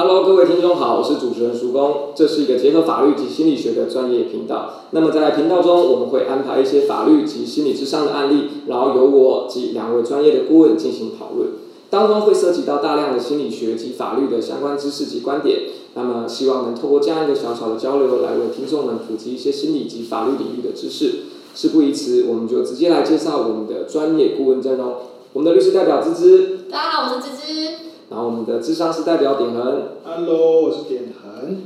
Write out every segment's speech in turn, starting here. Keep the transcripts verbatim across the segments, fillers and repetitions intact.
Hello， 各位听众好，我是主持人叔公，这是一个结合法律及心理学的专业频道。那么在频道中，我们会安排一些法律及心理之上的案例，然后由我及两位专业的顾问进行讨论，当中会涉及到大量的心理学及法律的相关知识及观点。那么希望能透过这样一个小小的交流，来为听众们普及一些心理及法律领域的知识。事不宜迟，我们就直接来介绍我们的专业顾问阵容。我们的律师代表芝芝， 大家好，我是芝芝。 然后我们的諮商師代表點恆 ，Hello， 我是點恆。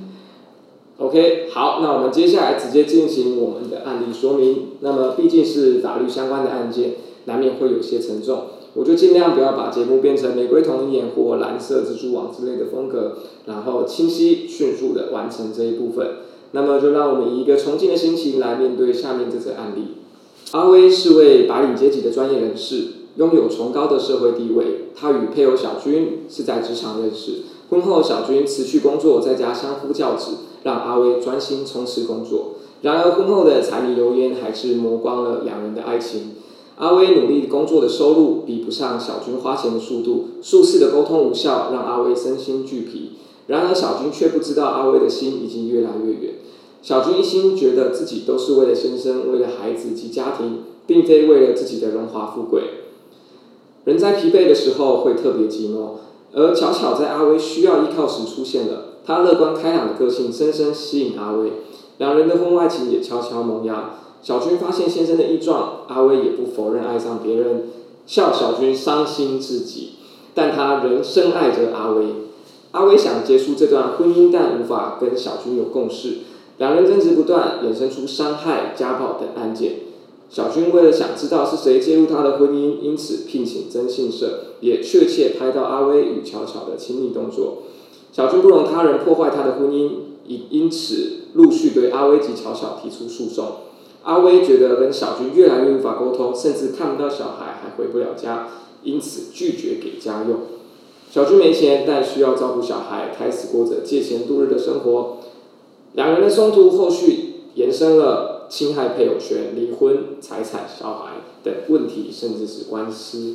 OK， 好，那我们接下来直接进行我们的案例说明。那么毕竟是法律相关的案件，难免会有些沉重，我就尽量不要把节目变成玫瑰童年或蓝色蜘蛛网之类的风格，然后清晰迅速的完成这一部分。那么就让我们以一个崇敬的心情来面对下面这则案例。阿威是位白领阶级的专业人士，拥有崇高的社会地位。他与配偶小军是在职场认识，婚后小军辞去工作，在家相夫教子，让阿威专心冲刺工作。然而婚后的柴米油盐还是磨光了两人的爱情。阿威努力工作的收入比不上小军花钱的速度，数次的沟通无效，让阿威身心俱疲。然而小军却不知道阿威的心已经越来越远。小军一心觉得自己都是为了先生，为了孩子及家庭，并非为了自己的荣华富贵。人在疲惫的时候会特别寂寞，而巧巧在阿威需要依靠时出现了。他乐观开朗的个性深深吸引阿威，两人的婚外情也悄悄萌芽。小军发现先生的异状，阿威也不否认爱上别人，笑小军伤心至极，但他仍深爱着阿威。阿威想结束这段婚姻，但无法跟小军有共识，两人争执不断，衍生出伤害、家暴等案件。小军为了想知道是谁介入他的婚姻，因此聘请征信社，也确切拍到阿威与巧巧的亲密动作。小军不容他人破坏他的婚姻，因此陆续对阿威及巧巧提出诉讼。阿威觉得跟小军越来越无法沟通，甚至看不到小孩，还回不了家，因此拒绝给家用。小军没钱，但需要照顾小孩，开始过着借钱度日的生活。两人的冲突后续延伸了侵害配偶权、离婚、财产、小孩等问题，甚至是官司。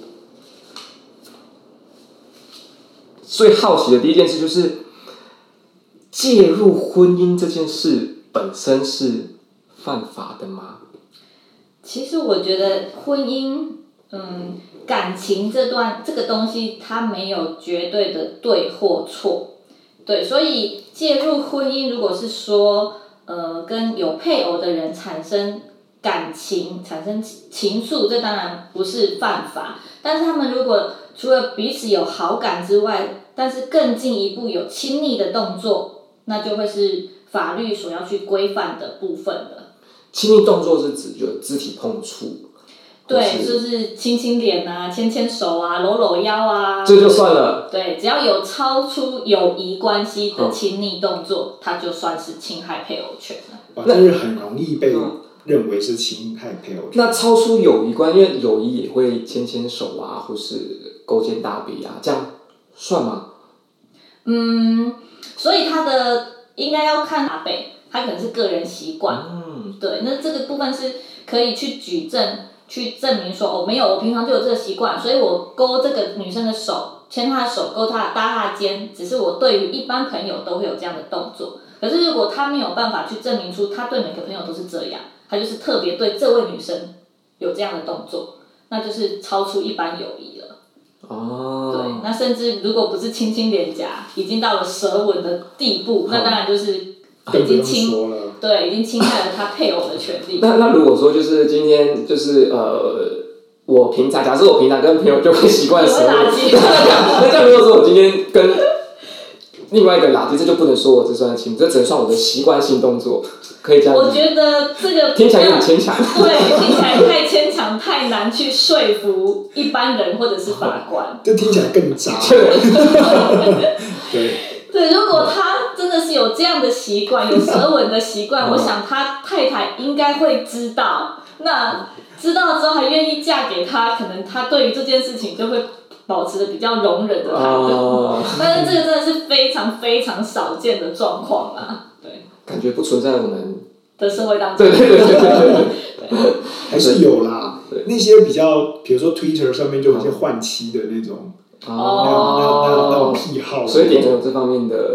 最好奇的第一件事就是，介入婚姻这件事本身是犯法的吗？ 其实我觉得婚姻，嗯，感情这段这个东西，它没有绝对的对或错，对，所以介入婚姻，如果是说，呃，跟有配偶的人产生感情、产生情愫，这当然不是犯法。但是他们如果除了彼此有好感之外，但是更进一步有亲密的动作，那就会是法律所要去规范的部分了。 亲密动作是指就肢体碰触， 对，就是亲亲脸啊、牵牵手啊、搂搂腰啊， 这就算了。 对，只要有超出友谊关系的亲密动作，它就算是侵害配偶权了。 那就是很容易被认为是侵害配偶权。 那超出友谊关，因为友谊也会牵牵手啊，或是勾肩搭背啊，这样算吗？ 嗯，所以他的应该要看搭背，他可能是个人习惯。 嗯， 对，那这个部分是可以去举证。去证明说哦，没有，我平常就有这个习惯，所以我勾这个女生的手，牵她的手，勾她搭她的肩，只是我对于一般朋友都会有这样的动作。可是如果他没有办法去证明出他对每个朋友都是这样，他就是特别对这位女生有这样的动作，那就是超出一般友谊了。 哦， 对，那甚至如果不是亲亲脸颊，已经到了舌吻的地步，那当然就是已经侵。对，已经侵害了他配偶的权利。 那那如果说就是今天就是呃，我平常假设我平常跟朋友就会习惯舌吻，那这样如果说我今天跟另外一个垃圾，这就不能说我这算亲，这只能算我的习惯性动作，可以这样子。 我觉得这个听起来有点牵强。 对，听起来太牵强，太难去说服一般人或者是法官。 这听起来更渣。对。 对，如果他真的是有这样的习惯，有舌吻的习惯，我想他太太应该会知道。那知道之后还愿意嫁给他，可能他对于这件事情就会保持着比较容忍的态度。哦、但是这个真的是非常非常少见的状况啊。对。 感觉不存在我们的社会当中。 对对对对对对。还是有啦，那些比较，比如说 Twitter 上面就有一些换妻的那种。 那那那那种癖好， 所以点有这方面的。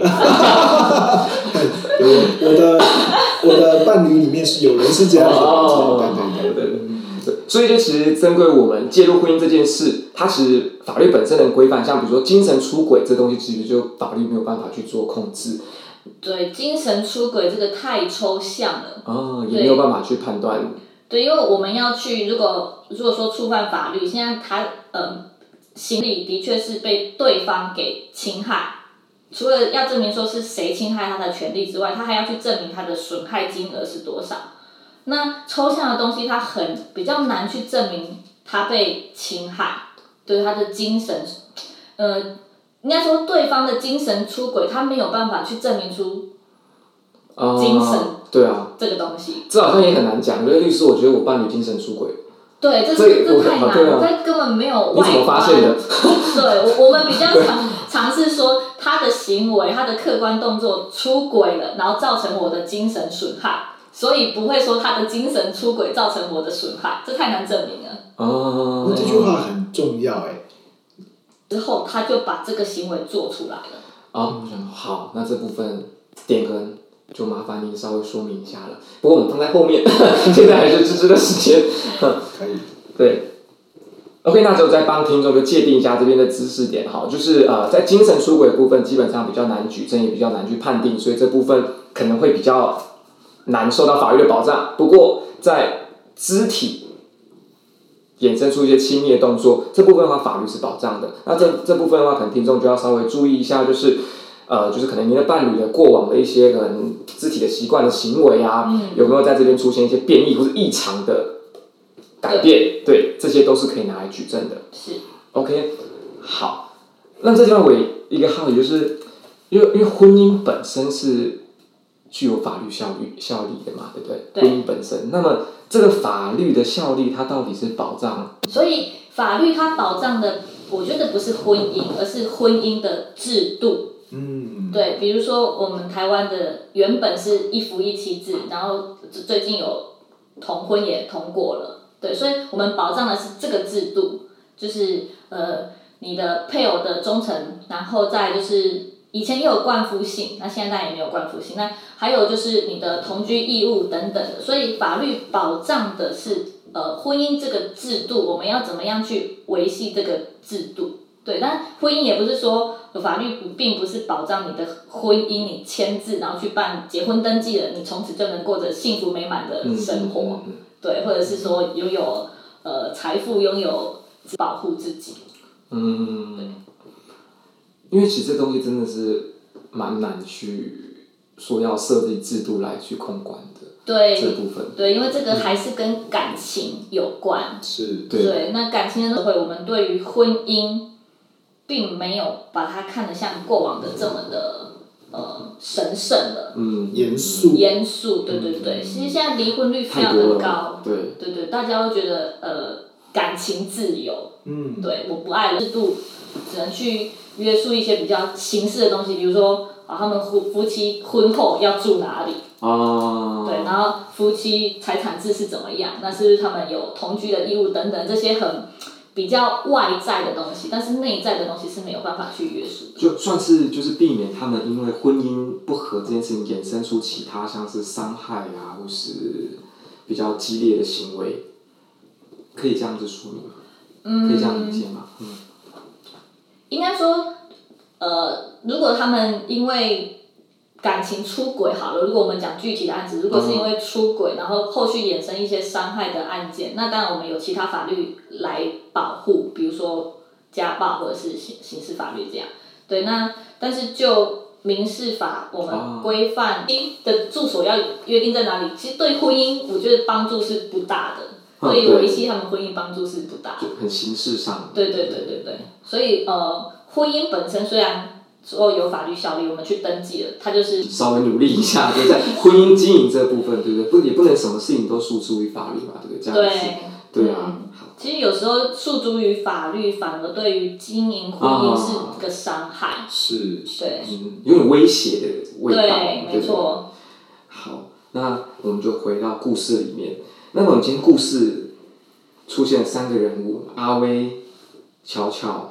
我我的我的伴侣里面是有人是这样子的， 哦、 对对对。 对，所以就其实针对我们介入婚姻这件事，它其实法律本身能规范，像比如说精神出轨这东西，其实就法律没有办法去做控制。 对，精神出轨这个太抽象了。 哦，也没有办法去判断。 对，因为我们要去，如果如果说触犯法律，现在他呃，行为的确是被对方给侵害，除了要证明说是谁侵害他的权利之外，他还要去证明他的损害金额是多少。那抽象的东西，它很比较难去证明他被侵害，对他的精神，呃，应该说对方的精神出轨，他没有办法去证明出精神、 呃、对啊这个东西。 这好像也很难讲，因为律师，我觉得我伴侣精神出轨。 对，这是这太难了， 啊、 这根本没有外观。 你怎么发现的？ 对，我我们比较常尝试说他的行为、他的客观动作出轨了，然后造成我的精神损害。所以不会说他的精神出轨造成我的损害，这太难证明了。 哦， 这句话很重要哎。 之后他就把这个行为做出来了。 哦，好，那这部分点恒就麻烦您稍微说明一下了。不过我们放在后面，现在还是芝芝的时间。 可以。 对。OK， 那就再帮听众就界定一下这边的知识点哈，就是呃，在精神出轨的部分基本上比较难举证，也比较难去判定，所以这部分可能会比较难受到法律的保障。不过在肢体衍生出一些亲密的动作，这部分的话法律是保障的。那这这部分的话，可能听众就要稍微注意一下，就是呃，就是可能您的伴侣的过往的一些可能肢体的习惯的行为啊，嗯、有没有在这边出现一些变异或是异常的改变？对，这些都是可以拿来举证的。 是。 OK， 好。那这地方我一个好奇就是，因为因为婚姻本身是具有法律效力效力的嘛，对不对？ 对。 婚姻本身，那么这个法律的效力，它到底是保障？ 所以法律它保障的，我觉得不是婚姻，而是婚姻的制度。 嗯。 对，比如说我们台湾的原本是一夫一妻制，然后最近有同婚也通过了，对，所以我们保障的是这个制度，就是呃你的配偶的忠诚，然后再就是以前也有冠夫姓，那现在当然也没有冠夫姓，那还有就是你的同居义务等等的，所以法律保障的是呃婚姻这个制度，我们要怎么样去维系这个制度。对，但婚姻也不是说法律并不是保障你的婚姻，你签字然后去办结婚登记了，你从此就能过着幸福美满的生活，嗯嗯嗯、对，或者是说拥有呃财富，拥有保护自己。 嗯，对，因为其实这东西真的是蛮难去说要设立制度来去控管的。 对， 这部分对，因为这个还是跟感情有关。 是。 对。 对，那感情的社会，我们对于婚姻并没有把它看得像过往的这么的呃神圣了。 嗯， 严肃。 严肃，对对对，其实现在离婚率非常的高。 对。 对对，大家都觉得呃感情自由。 嗯。 对，我不爱了，制度只能去约束一些比较形式的东西，比如说啊，他们夫夫妻婚后要住哪里。 哦。 对，然后夫妻财产制是怎么样？那是他们有同居的义务等等，这些很比较外在的东西，但是内在的东西是没有办法去约束的。 就算是就是避免他们因为婚姻不和这件事情衍生出其他像是伤害啊，或是比较激烈的行为，可以这样子说明吗？嗯。可以这样理解吗？嗯。 应该说，呃，如果他们因为感情出轨好了，如果我们讲具体的案子，如果是因为出轨，然后后续衍生一些伤害的案件，那当然我们有其他法律来保护，比如说家暴或者是刑刑事法律这样。对，那但是就民事法，我们规范的住所要约定在哪里，其实对婚姻我觉得帮助是不大的，对于维系他们婚姻帮助是不大的。 就很形式上。 对对对对对，所以呃，婚姻本身虽然说有法律效力，我们去登记了，它就是稍微努力一下，就在婚姻经营这部分，对不对？不也不能什么事情都诉诸于法律嘛，对不对？这样子。对。对啊。 嗯、其实有时候诉诸于法律，反而对于经营婚姻是个伤害。 是。 对。 嗯，有点威胁的味道。 对，没错。 好，那我们就回到故事里面。那么我们今天故事出现三个人物：阿威、巧巧、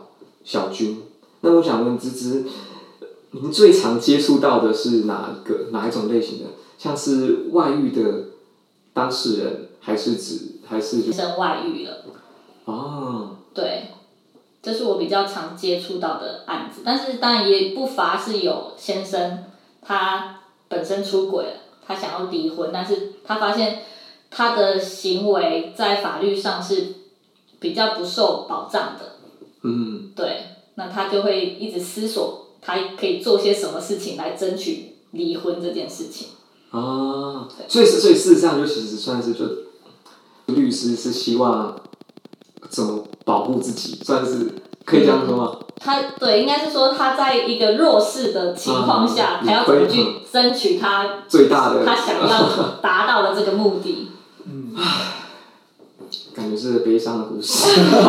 小军。那我想问芝芝，您最常接触到的是哪一个哪一种类型的？像是外遇的当事人，还是指还是就生外遇了。 哦。 对，这是我比较常接触到的案子，但是当然也不乏是有先生他本身出轨了，他想要离婚，但是他发现他的行为在法律上是比较不受保障的。 嗯。 对，那他就会一直思索他可以做些什么事情来争取离婚这件事情。 啊，所以所以事实上就其实算是就律师是希望怎么保护自己，算是可以这样说吗？ 嗯、他对，应该是说他在一个弱势的情况下， 啊、 他要怎么去争取他最大的他想要达到的这个目的。 嗯，感觉是悲伤的故事。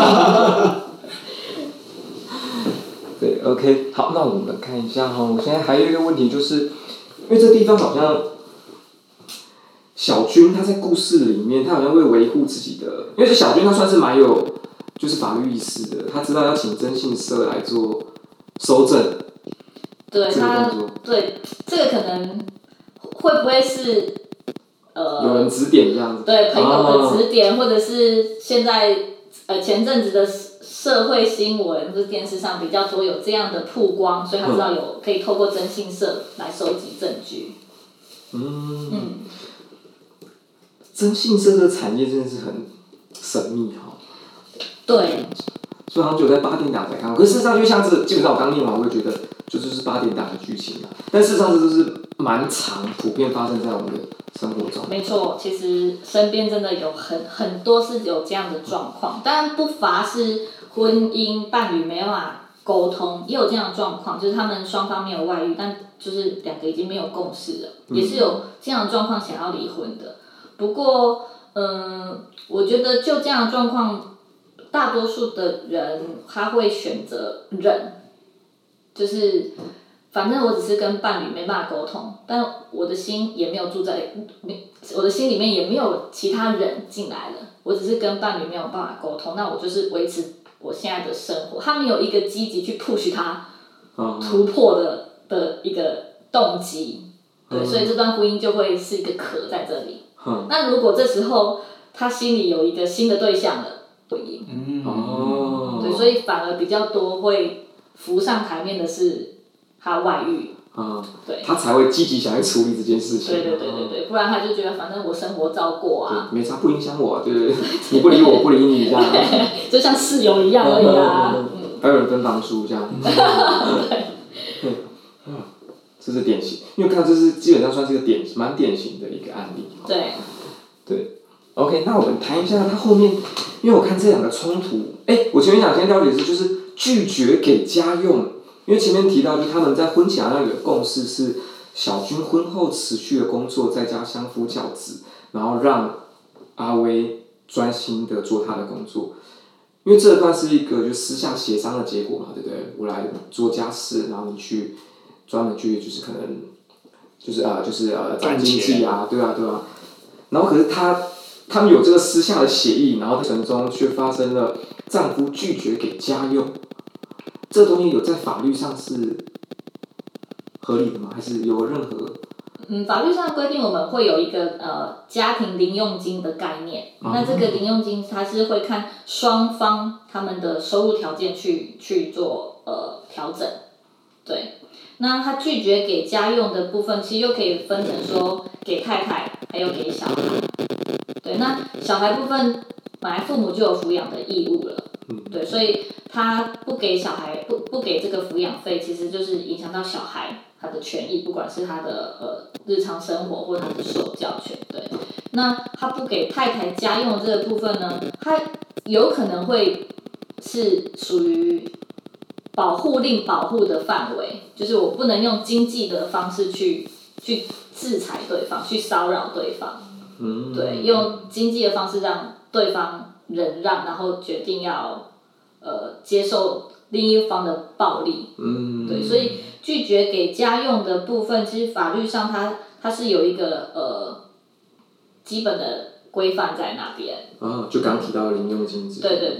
对 ，OK， 好，那我们看一下哈，我现在还有一个问题，就是因为这地方好像小军他在故事里面，他好像会维护自己的，因为这小军他算是蛮有就是法律意识的，他知道要请征信社来做搜证。 对他，对这个可能会不会是呃有人指点这样子？ 对朋友的指点，哦、或者是现在呃前阵子的社会新闻，或者电视上比较多有这样的曝光，所以他知道有可以透过征信社来收集证据。 嗯。嗯，征信社这个产业真的是很神秘哈。 对。 所以好像只有在八点档才看到，可是事实上就像是基本上我刚念完，我会觉得就就是八点档的剧情啊，但事实上这都是蛮常普遍发生在我们的生活中。 没错，其实身边真的有很很多是有这样的状况，当然不乏是婚姻伴侣没办法沟通，也有这样的状况，就是他们双方没有外遇，但就是两个已经没有共识了，嗯、也是有这样的状况想要离婚的。不过，嗯，我觉得就这样的状况。大多数的人他会选择忍，就是反正我只是跟伴侣没办法沟通，但我的心也没有住在，我的心里面也没有其他人进来了，我只是跟伴侣没有办法沟通，那我就是维持我现在的生活，他没有一个积极去 push 他突破的的一个动机，对，所以这段婚姻就会是一个壳在这里。那如果这时候他心里有一个新的对象了。 嗯哦， 对，所以反而比较多会浮上台面的是他外遇， 啊， 对， 他才会积极想要处理这件事情。 对对对对对，不然他就觉得反正我生活照过啊， 没差，不影响我，对不对？你不理我，不理你这样， 就像室友一样而已啊。 嗯，还有人分房租这样。对，嗯，这是典型，因为看这是基本上算是一个典蛮典型的一个案例。 对。 对。OK， 那我们谈一下他后面，因为我看这两个冲突，哎，我前面想先了解是就是拒绝给家用，因为前面提到就是他们在婚前好像有个共识是小军婚后持续的工作在家相夫教子，然后让阿威专心的做他的工作，因为这段是一个就私下协商的结果嘛，对不对？我来做家事，然后你去专门去就是可能就是呃就是呃赚经济啊，对啊对啊，然后可是他。他们有这个私下的协议，然后过程中却发生了丈夫拒绝给家用，这东西有在法律上是合理的吗？还是有任何？ 嗯，法律上规定我们会有一个呃家庭零用金的概念，嗯、那这个零用金它是会看双方他们的收入条件去去做呃调整，对。那他拒绝给家用的部分，其实又可以分成说给太太，还有给小孩。对，那小孩部分本来父母就有抚养的义务了，对，所以他不给小孩不不给这个抚养费，其实就是影响到小孩他的权益，不管是他的呃日常生活或他的受教权。对，那他不给太太家用这个部分呢，他有可能会是属于保护令保护的范围，就是我不能用经济的方式去去制裁对方，去骚扰对方。 嗯， 对，用经济的方式让对方忍让，然后决定要呃接受另一方的暴力。 嗯， 对，所以拒绝给家用的部分，其实法律上它它是有一个呃基本的规范在那边。 啊，就刚提到的零用金制。 对对对。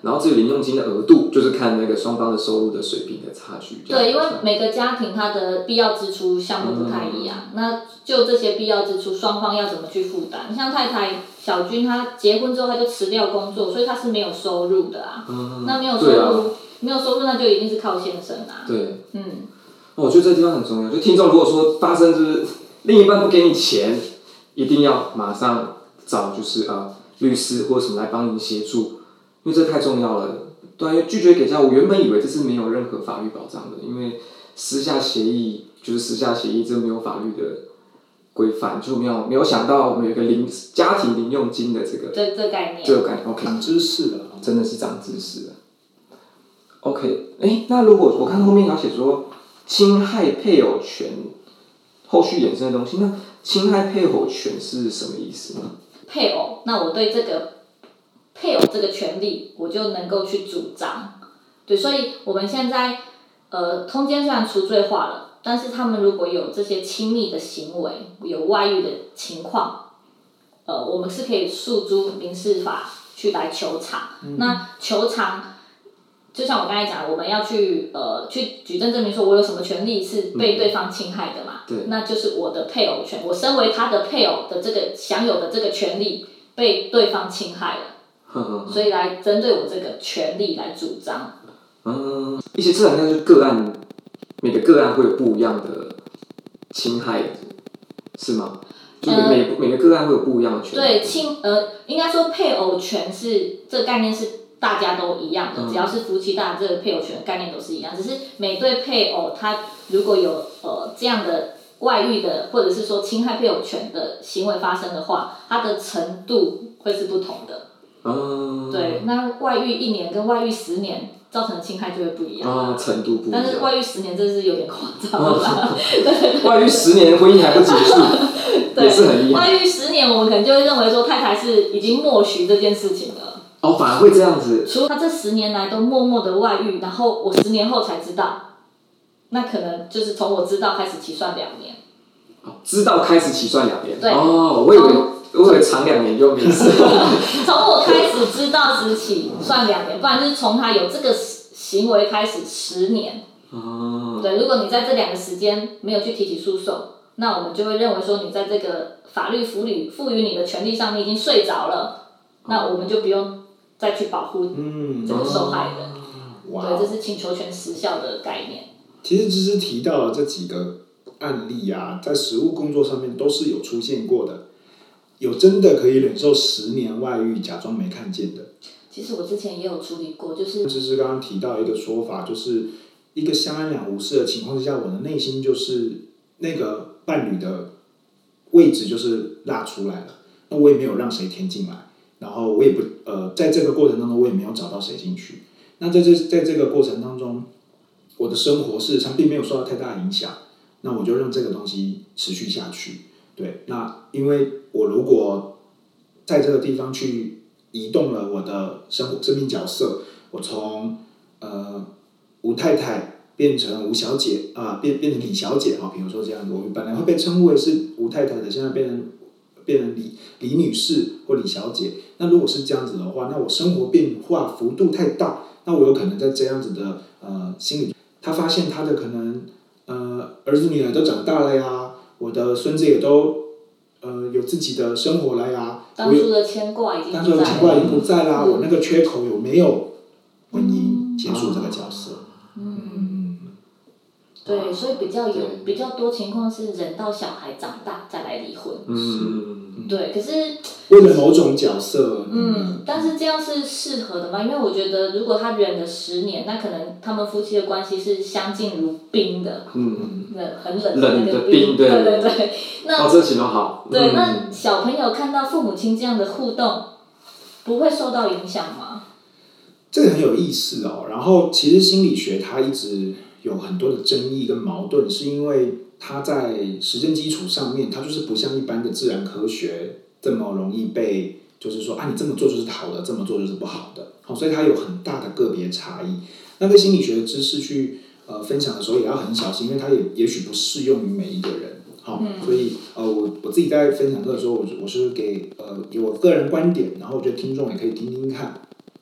然后至于零用金的额度，就是看那个双方的收入的水平的差距。 对，因为每个家庭它的必要支出项目不太一样，嗯、那就这些必要支出，双方要怎么去负担？像太太小军，她结婚之后她就辞掉工作，所以她是没有收入的啊。嗯、那没有收入，啊、没有收入，那就一定是靠先生啊。 对，嗯，我觉得这个地方很重要。就听众如果说发生就是另一半不给你钱，一定要马上找就是呃律师或者什么来帮您协助。因为这太重要了，对、啊，因为拒绝给价，我原本以为这是没有任何法律保障的，因为私下协议就是私下协议，这没有法律的规范，就没有没有想到我们有一个零家庭零用金的这个这这概念， 这个概念 ，OK， 长知识了， 真的是长知识了。OK， 哎，那如果我看后面要写说侵害配偶权，后续衍生的东西，那侵害配偶权是什么意思呢？ 配偶，那我对这个。配偶这个权利，我就能够去主张，对，所以我们现在呃，通奸虽然除罪化了，但是他们如果有这些亲密的行为，有外遇的情况，呃，我们是可以诉诸民事法去来求偿。嗯、那求偿，就像我刚才讲，我们要去呃去举证证明说我有什么权利是被对方侵害的嘛， 嗯、 那就是我的配偶权，我身为他的配偶的这个享有的这个权利被对方侵害了。所以来针对我这个权利来主张。 嗯，一些这好像就是个案，每个个案会有不一样的侵害，是吗？就每、呃、每个个案会有不一样的权利。 对，侵呃，应该说配偶权是这个概念是大家都一样的，嗯、只要是夫妻，大家这个配偶权的概念都是一样，只是每对配偶他如果有呃这样的外遇的，或者是说侵害配偶权的行为发生的话，它的程度会是不同的。 嗯、 对，那外遇一年跟外遇十年造成的侵害就会不一样。 啊，程度不一样。 但是外遇十年真是有点夸张了啦。对。 外遇十年婚姻还不结束，也是很厉害。 外遇十年，我们可能就会认为说太太是已经默许这件事情了。 哦，反而会这样子。 除他这十年来都默默的外遇，然后我十年后才知道，那可能就是从我知道开始起算两年。 哦，知道开始起算两年。 对。 哦，我以为。我以为长两年就没事。 从我开始知道时起算两年，不然就是从他有这个行为开始十年。 哦。 对，如果你在这两个时间没有去提起诉讼，那我们就会认为说你在这个法律赋予赋予你的权利上面已经睡着了，哦、那我们就不用再去保护这个受害人。嗯哦、对，这是请求权时效的概念。 其实只是提到了这几个案例啊，在实务工作上面都是有出现过的。有真的可以忍受十年外遇，假装没看见的。 其实我之前也有处理过，就是就是刚刚提到一个说法，就是一个相安两无事的情况之下，我的内心就是那个伴侣的位置就是拉出来了，那我也没有让谁填进来，然后我也不呃，在这个过程当中我也没有找到谁进去。那在这在这个过程当中，我的生活事实上并没有受到太大的影响，那我就让这个东西持续下去。对，那因为我如果在这个地方去移动了我的生活生命角色，我从呃吴太太变成吴小姐啊、呃，变变成李小姐啊，比如说这样子，我们本来会被称呼为是吴太太的，现在变成变成李李女士或李小姐。那如果是这样子的话，那我生活变化幅度太大，那我有可能在这样子的呃心里，他发现他的可能呃儿子女儿都长大了呀。我的孙子也都，呃，有自己的生活了呀。 当初的牵挂已经不在了。 当初的牵挂已经不在啦，嗯、我那个缺口有没有婚姻结束这个角色？ 嗯。嗯对，所以比较有比较多情况是人到小孩长大再来离婚。 嗯。 对，可是。 为了某种角色。 嗯，但是这样是适合的吗？因为我觉得，如果他忍了十年，那可能他们夫妻的关系是相敬如冰的。 嗯。 冷很冷的那个冰， 对对对。那哦，这形容好。 对， 嗯、 那小朋友看到父母亲这样的互动，不会受到影响吗？ 这个很有意思哦。然后，其实心理学它一直有很多的争议跟矛盾，是因为它在实证基础上面，它就是不像一般的自然科学这么容易被，就是说啊，你这么做就是好的，这么做就是不好的。好，所以它有很大的个别差异。那在心理学的知识去呃分享的时候也要很小心，因为它也也许不适用于每一个人。好，嗯、所以呃我我自己在分享这个时候，我我是给呃以我个人观点，然后我觉得听众也可以听听看。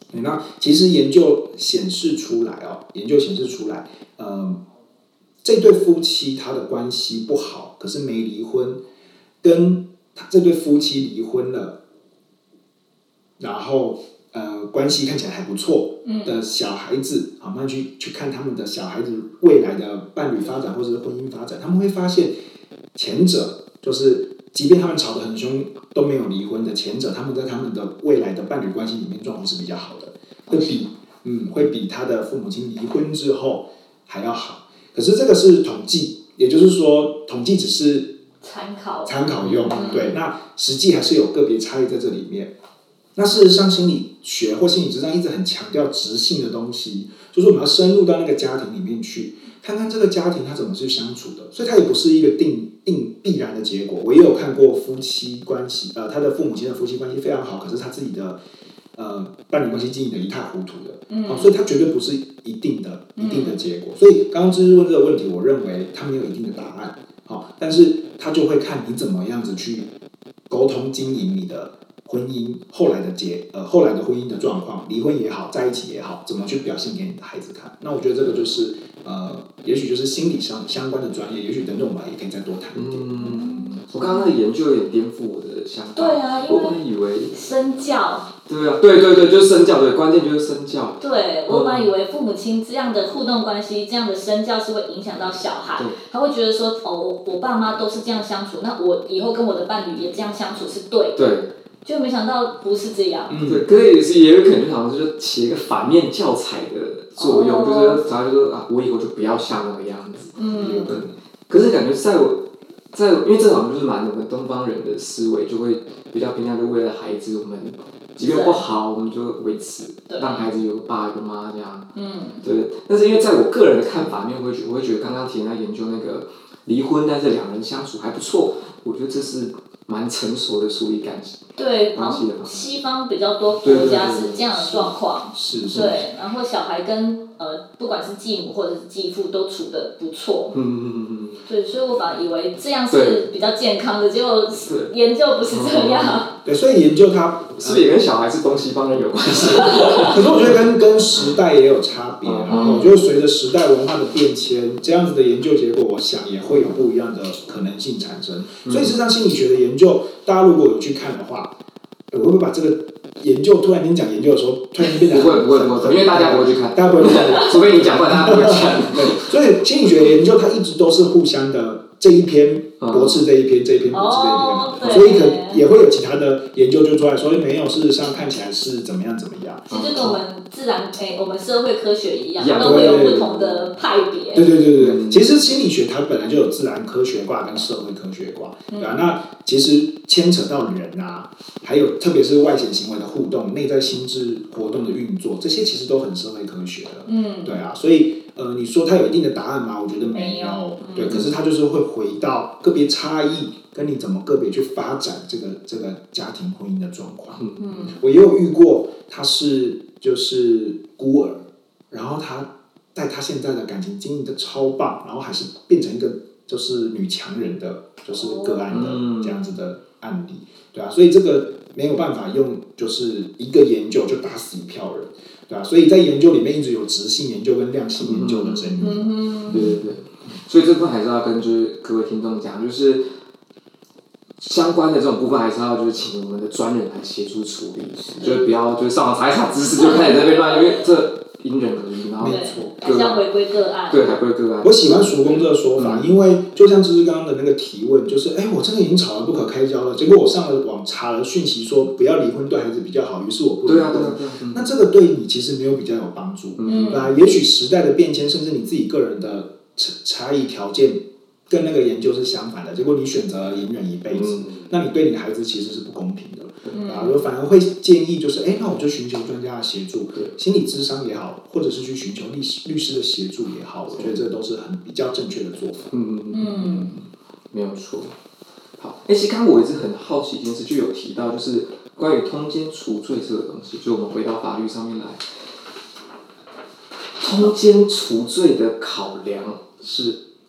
那其实研究显示出来哦，研究显示出来，呃，这对夫妻他的关系不好，可是没离婚，跟这对夫妻离婚了，然后呃关系看起来还不错的小孩子，好，慢慢去去看他们的小孩子未来的伴侣发展或者是婚姻发展，他们会发现前者就是。即便他们吵得很凶都没有离婚的前者，他们在他们的未来的伴侣关系里面状况是比较好的，会比嗯会比他的父母亲离婚之后还要好。可是这个是统计，也就是说统计只是参考参考用，对，那实际还是有个别差异在这里面。那事实上，心理学或心理咨商一直很强调质性的东西，就是我们要深入到那个家庭里面去，看看这个家庭他怎么去相处的，所以它也不是一个定定必然的结果。我也有看过夫妻关系，呃，他的父母亲的夫妻关系非常好，可是他自己的呃伴侣关系经营的一塌糊涂的，嗯哦，所以它绝对不是一定的一定的结果。所以刚刚芝芝问这个问题，我认为他没有一定的答案，好、哦，但是他就会看你怎么样子去沟通经营你的。婚姻后来的结呃后来的婚姻的状况，离婚也好，在一起也好，怎么去表现给你的孩子看？那我觉得这个就是呃，也许就是心理上相关的专业，也许等等我们也可以再多谈一点。 嗯，嗯我刚刚那个研究有点颠覆我的想法。 对啊，因为我本来以为身教。 对啊，对对对，就是身教，对，关键就是身教。 对，我本来以为父母亲这样的互动关系，这样的身教是会影响到小孩，他会觉得说，哦，我我爸妈都是这样相处，那我以后跟我的伴侣也这样相处是对的。 对。 就没想到不是这样。 嗯，对，可是也是也有可能好像就是起一个反面教材的作用，哦、就是他就说啊，我以后就不要像那个样子。嗯。对。可是感觉在我，在因为这好像就是蛮我们东方人的思维，就会比较偏向就为了孩子，我们即便不好，我们就维持，让孩子有个爸有个妈这样。嗯。对，但是因为在我个人的看法面，我会觉我会觉得刚刚提那研究那个离婚，但是两人相处还不错，我觉得这是。蛮成熟的处理感情， 对，好像西方比较多国家是这样的状况， 是是， 对，然后小孩跟呃不管是继母或者是继父都处得不错，嗯嗯嗯对，所以我本来以为这样是比较健康的，结果研究不是这样。 对，所以研究它是不是也跟小孩是东西方人有关系？ 可是我觉得跟跟时代也有差别，然后我觉得随着时代文化的变迁，这样子的研究结果，我想也会有不一样的可能性产生。所以事实上，心理学的研究，大家如果有去看的话，我会不会把这个研究突然间讲研究的时候，突然间变成不会不会不会，因为大家不会去看， 大家不会去看， 除非你讲，不然大家不会看。 对，所以心理学研究它一直都是互相的。这一篇驳斥这一篇，这一篇驳斥这一篇， 哦、 所以可也会有其他的研究就出来说，没有，事实上看起来是怎么样怎么样。 其实就跟我们自然诶、欸，我们社会科学一样，它都会有不同的派别。 对对对对对，嗯、其实心理学它本来就有自然科学挂跟社会科学挂，对啊，那其实牵扯到人啊，还有特别是外显行为的互动、内在心智活动的运作，这些其实都很社会科学的。嗯，对啊，所以。呃，你说它有一定的答案吗？我觉得没有， 没有对，可是它就是会回到个别差异，跟你怎么个别去发展这个这个家庭婚姻的状况。嗯，我也有遇过，他是就是孤儿，然后他在他现在的感情经营的超棒，然后还是变成一个就是女强人的，就是个案的这样子的案例，对啊，所以这个没有办法用就是一个研究就打死一票人。对啊，所以在研究里面一直有质性研究跟量性研究的争议。 嗯、对对对，所以这部分还是要跟就是各位听众讲，就是相关的这种部分还是要就是请我们的专人来协助处理，就是不要就是上网查一查知识就开始在被乱，因为这因人而异，然后没错， 还是要回归个案。 对，还回归个案。 我喜欢叔公这个说法，嗯、因为就像芝芝刚刚的那个提问，就是哎，我真的已经吵得不可开交了，结果我上了网查了讯息说不要离婚对孩子比较好，于是我不离婚。 对啊，对啊，对啊。嗯、 那这个对你其实没有比较有帮助，嗯，对啊，也许时代的变迁，甚至你自己个人的差异条件跟那个研究是相反的，结果你选择了隐忍一辈子，嗯、那你对你的孩子其实是不公平的。啊，我反而会建议就是，哎，那我就寻求专家的协助，心理咨商也好，或者是去寻求律师律师的协助也好，我觉得这都是很比较正确的做法。 嗯嗯嗯，没有错。好，哎，其实刚刚我一直很好奇一件事，就有提到就是关于通奸除罪这个东西，就我们回到法律上面来，通奸除罪的考量是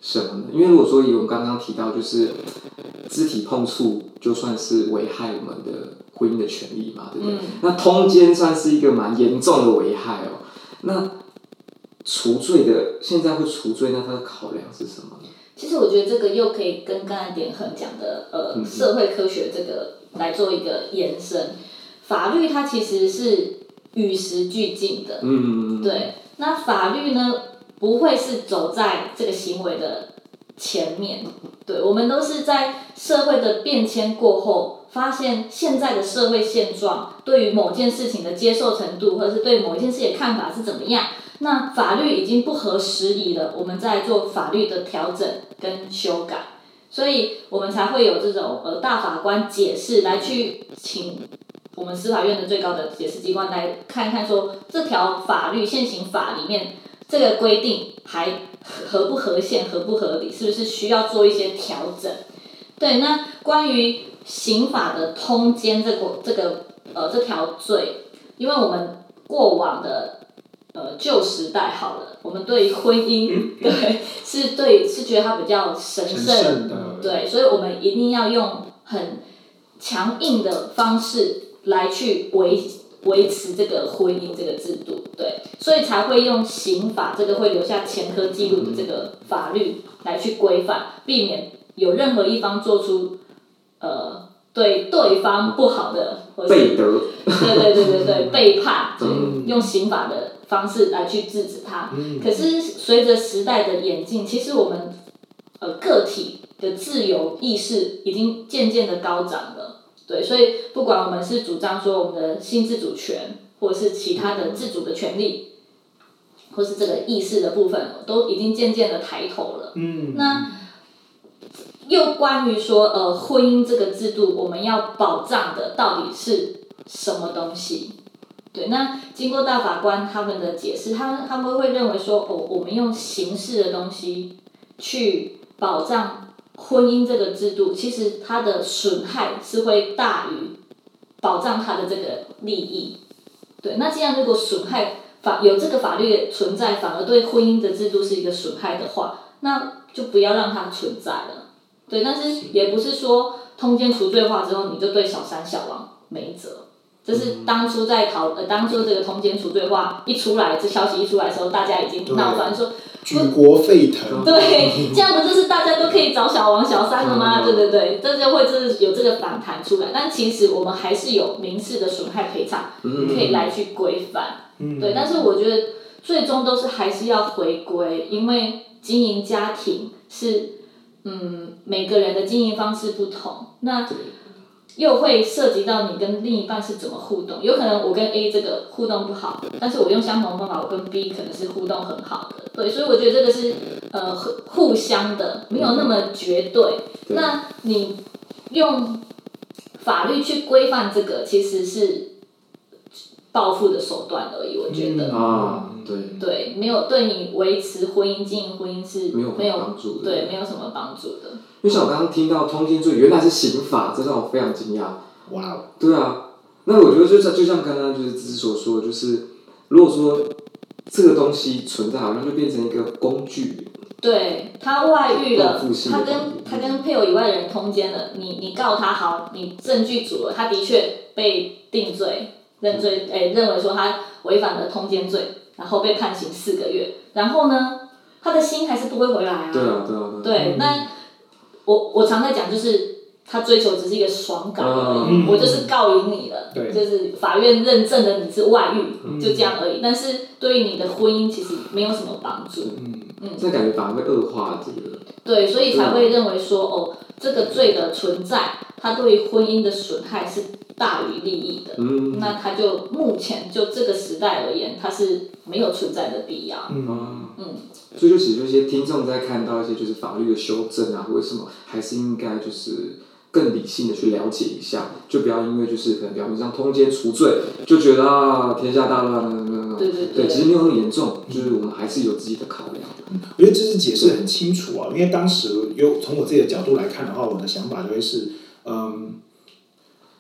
什么呢？因为如果说以我们刚刚提到，就是肢体碰触就算是危害我们的婚姻的权利嘛，对不对？嗯、那通奸算是一个蛮严重的危害哦。那除罪的，现在会除罪，那它的考量是什么呢？ 其实我觉得这个又可以跟刚才典衡讲的呃、嗯、社会科学这个来做一个延伸。法律它其实是与时俱进的，嗯，对。那法律呢，不会是走在这个行为的前面，对，我们都是在社会的变迁过后，发现现在的社会现状对于某件事情的接受程度，或者是对某一件事情的看法是怎么样。那法律已经不合时宜了，我们在做法律的调整跟修改，所以我们才会有这种呃大法官解释来去请我们司法院的最高的解释机关来看一看说这条法律现行法里面这个规定还合不合宪合不合理，是不是需要做一些调整。对，那关于刑法的通奸这个这个呃这条罪，因为我们过往的呃，旧时代好了，我们对于婚姻，嗯、对，是对是觉得它比较神圣，神圣的对，所以我们一定要用很强硬的方式来去维维持这个婚姻这个制度，对，所以才会用刑法这个会留下前科记录的这个法律来去规范，避免有任何一方做出呃对对方不好的，或者背德， 对对对对对，背叛，嗯、用刑法的方式来去制止它。嗯、可是随着时代的演进，其实我们呃个体的自由意识已经渐渐的高涨了，对，所以不管我们是主张说我们的性自主权，或者是其他的自主的权利，或是这个意识的部分，都已经渐渐的抬头了。嗯，那又关于说呃婚姻这个制度，我们要保障的到底是什么东西？对，那经过大法官他们的解释，他们他们会认为说，哦，我们用刑事的东西去保障婚姻这个制度，其实它的损害是会大于保障它的这个利益。对，那既然如果损害法有这个法律存在，反而对婚姻的制度是一个损害的话，那就不要让它存在了。对，但是也不是说通奸除罪化之后，你就对小三小王没辙。这是当初在讨呃，当初这个通奸除罪化一出来，这消息一出来的时候，大家已经闹翻说， 举国沸腾。 对，这样不就是大家都可以找小王小三了吗？对对对，这就会就是有这个反弹出来。但其实我们还是有民事的损害赔偿可以来去规范。嗯、对，但是我觉得最终都是还是要回归，因为经营家庭是嗯每个人的经营方式不同，那又会涉及到你跟另一半是怎么互动，有可能我跟 A 这个互动不好，但是我用相同的方法，我跟 B 可能是互动很好的，对，所以我觉得这个是呃互相的，没有那么绝对。嗯、那你用法律去规范这个，其实是报复的手段而已，我觉得。 嗯、啊，对。 对，没有对你维持婚姻、经营婚姻是没有帮助的。 对，没有什么帮助的。 因为像我刚刚听到通奸罪原来是刑法，这让我非常惊讶。 哇哦！ 对啊，那我觉得就像就像刚刚就是芝所说的，就是如果说这个东西存在，好像就变成一个工具。 对，他外遇了，他跟他跟配偶以外的人通奸了，你你告他好，你证据足了，他的确被定罪认罪，哎，认为说他违反了通奸罪，然后被判刑四个月，然后呢，他的心还是不会回来啊。 对啊，对啊，对啊。 对，嗯、那我我常在讲，就是他追求只是一个爽感而已，嗯、我就是告赢你了， 对就是法院认证了你是外遇，嗯、就这样而已。但是对于你的婚姻其实没有什么帮助。 嗯嗯，这感觉反而会恶化这个。 对，所以才会认为说，哦，这个罪的存在，它对于婚姻的损害是大于利益的。嗯。那它就目前就这个时代而言，它是没有存在的必要。 嗯嗯。所以就其实有些听众在看到一些就是法律的修正啊，或者什么，还是应该就是更理性的去了解一下，就不要因为就是可能表面上通奸除罪，就觉得啊天下大乱了， 对对对，对，其实没有那么严重，就是我们还是有自己的考量。 我觉得这是解释很清楚啊，因为当时有从我自己的角度来看的话，我的想法就会是，嗯，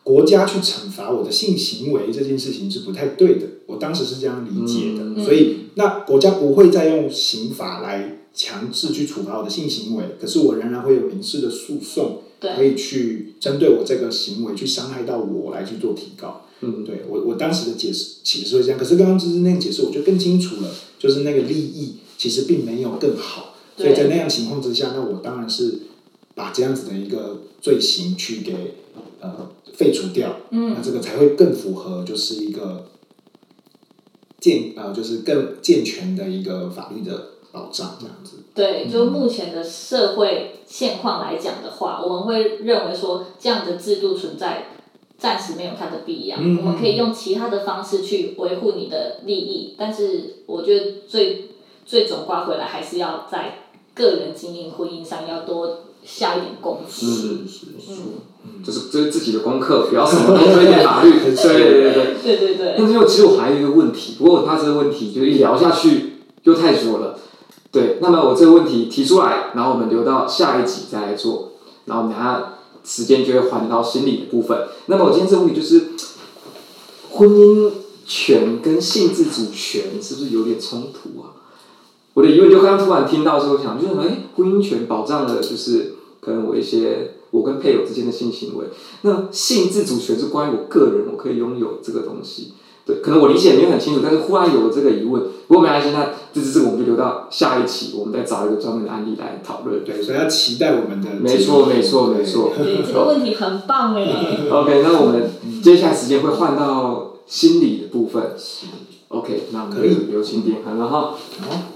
国家去惩罚我的性行为这件事情是不太对的，我当时是这样理解的， 嗯、 所以那国家不会再用刑法来强制去处罚我的性行为，可是我仍然会有民事的诉讼，可以去针对我这个行为去伤害到我来去做提告。嗯，对我我当时的解释解释会这样，可是刚刚就是那个解释我就更清楚了，就是那个利益其实并没有更好，所以在那样情况之下，那我当然是把这样子的一个罪行去给呃废除掉，嗯，那这个才会更符合就是一个健呃就是更健全的一个法律的保障这样子。 对，就目前的社会现况来讲的话，我们会认为说这样的制度存在暂时没有它的必要，嗯、我们可以用其他的方式去维护你的利益，但是我觉得最最总挂回来还是要在个人经营婚姻上要多下一点功夫。 是是是，嗯，就是这是自己的功课，不要什么都追念法律。对对对对对对对。 但是其实我还有一个问题，不过我怕这个问题就是一聊下去又太久了。对，那么我这个问题提出来，然后我们留到下一集再来做，然后等下时间就会还到心理的部分。那么我今天这个问题就是，婚姻权跟性自主权是不是有点冲突啊？我的疑问就刚刚突然听到之后想，就是哎，婚姻权保障了就是可能我一些我跟配偶之间的性行为，那性自主权是关于我个人，我可以拥有这个东西。对，可能我理解没有很清楚，但是忽然有了这个疑问。不过没关系，那就是这个我们就留到下一期，我们再找一个专门的案例来讨论。 对，所以要期待我们的。 没错，没错，没错。 对，这个问题很棒哎。 OK， 那我们接下来时间会换到心理的部分。OK， 那我们有请点涵了哈。好。